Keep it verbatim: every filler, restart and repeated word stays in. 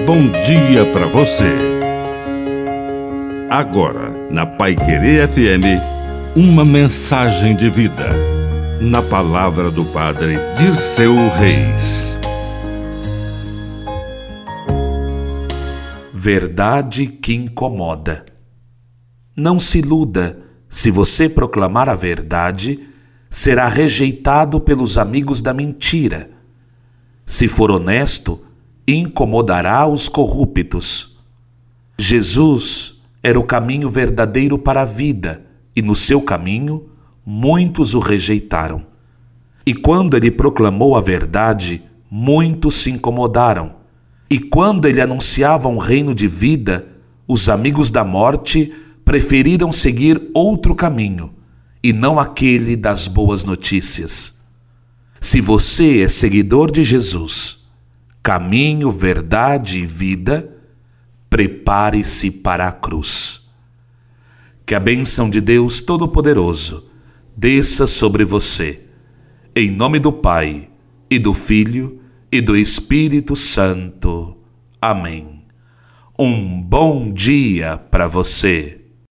bom dia para você. Agora, na Paiquerê F M, uma mensagem de vida. Na palavra do Padre Dirceu Reis. Verdade que incomoda. Não se iluda, se você proclamar a verdade, será rejeitado pelos amigos da mentira. Se for honesto, incomodará os corruptos. Jesus era o caminho verdadeiro para a vida, e no seu caminho, muitos o rejeitaram. E quando ele proclamou a verdade, muitos se incomodaram. E quando ele anunciava um reino de vida, os amigos da morte preferiram seguir outro caminho, e não aquele das boas notícias. Se você é seguidor de Jesus, caminho, verdade e vida, prepare-se para a cruz. Que a bênção de Deus Todo-Poderoso desça sobre você, em nome do Pai, e do Filho, e do Espírito Santo. Amém. Um bom dia para você.